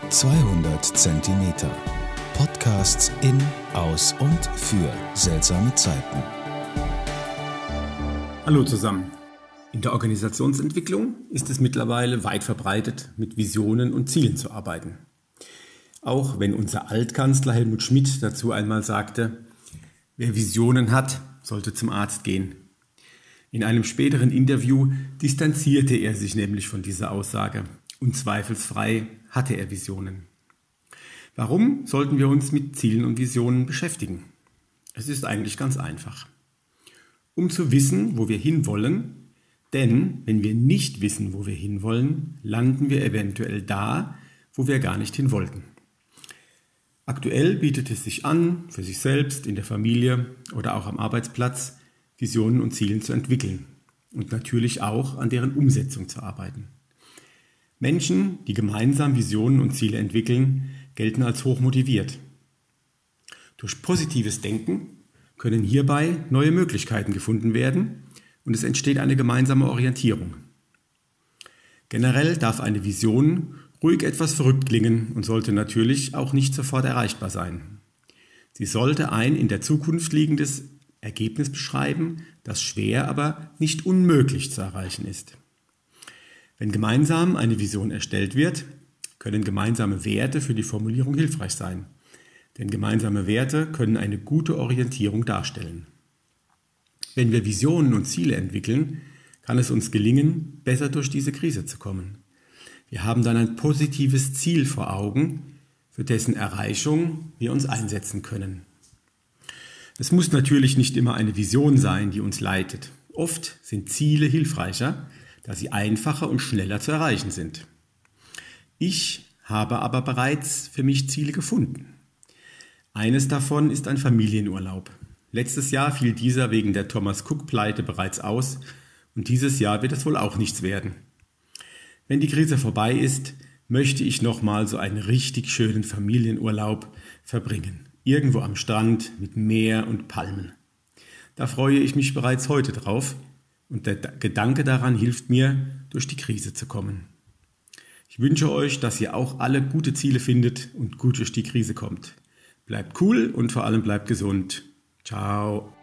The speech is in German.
200 Zentimeter. Podcasts in, aus und für seltsame Zeiten. Hallo zusammen. In der Organisationsentwicklung ist es mittlerweile weit verbreitet, mit Visionen und Zielen zu arbeiten. Auch wenn unser Altkanzler Helmut Schmidt dazu einmal sagte, wer Visionen hat, sollte zum Arzt gehen. In einem späteren Interview distanzierte er sich nämlich von dieser Aussage. Und zweifelsfrei hatte er Visionen. Warum sollten wir uns mit Zielen und Visionen beschäftigen? Es ist eigentlich ganz einfach. Um zu wissen, wo wir hinwollen, denn wenn wir nicht wissen, wo wir hinwollen, landen wir eventuell da, wo wir gar nicht hin wollten. Aktuell bietet es sich an, für sich selbst, in der Familie oder auch am Arbeitsplatz Visionen und Ziele zu entwickeln und natürlich auch an deren Umsetzung zu arbeiten. Menschen, die gemeinsam Visionen und Ziele entwickeln, gelten als hochmotiviert. Durch positives Denken können hierbei neue Möglichkeiten gefunden werden und es entsteht eine gemeinsame Orientierung. Generell darf eine Vision ruhig etwas verrückt klingen und sollte natürlich auch nicht sofort erreichbar sein. Sie sollte ein in der Zukunft liegendes Ergebnis beschreiben, das schwer, aber nicht unmöglich zu erreichen ist. Wenn gemeinsam eine Vision erstellt wird, können gemeinsame Werte für die Formulierung hilfreich sein. Denn gemeinsame Werte können eine gute Orientierung darstellen. Wenn wir Visionen und Ziele entwickeln, kann es uns gelingen, besser durch diese Krise zu kommen. Wir haben dann ein positives Ziel vor Augen, für dessen Erreichung wir uns einsetzen können. Es muss natürlich nicht immer eine Vision sein, die uns leitet. Oft sind Ziele hilfreicher, da sie einfacher und schneller zu erreichen sind. Ich habe aber bereits für mich Ziele gefunden. Eines davon ist ein Familienurlaub. Letztes Jahr fiel dieser wegen der Thomas-Cook-Pleite bereits aus und dieses Jahr wird es wohl auch nichts werden. Wenn die Krise vorbei ist, möchte ich nochmal so einen richtig schönen Familienurlaub verbringen. Irgendwo am Strand mit Meer und Palmen. Da freue ich mich bereits heute drauf. Und der Gedanke daran hilft mir, durch die Krise zu kommen. Ich wünsche euch, dass ihr auch alle gute Ziele findet und gut durch die Krise kommt. Bleibt cool und vor allem bleibt gesund. Ciao.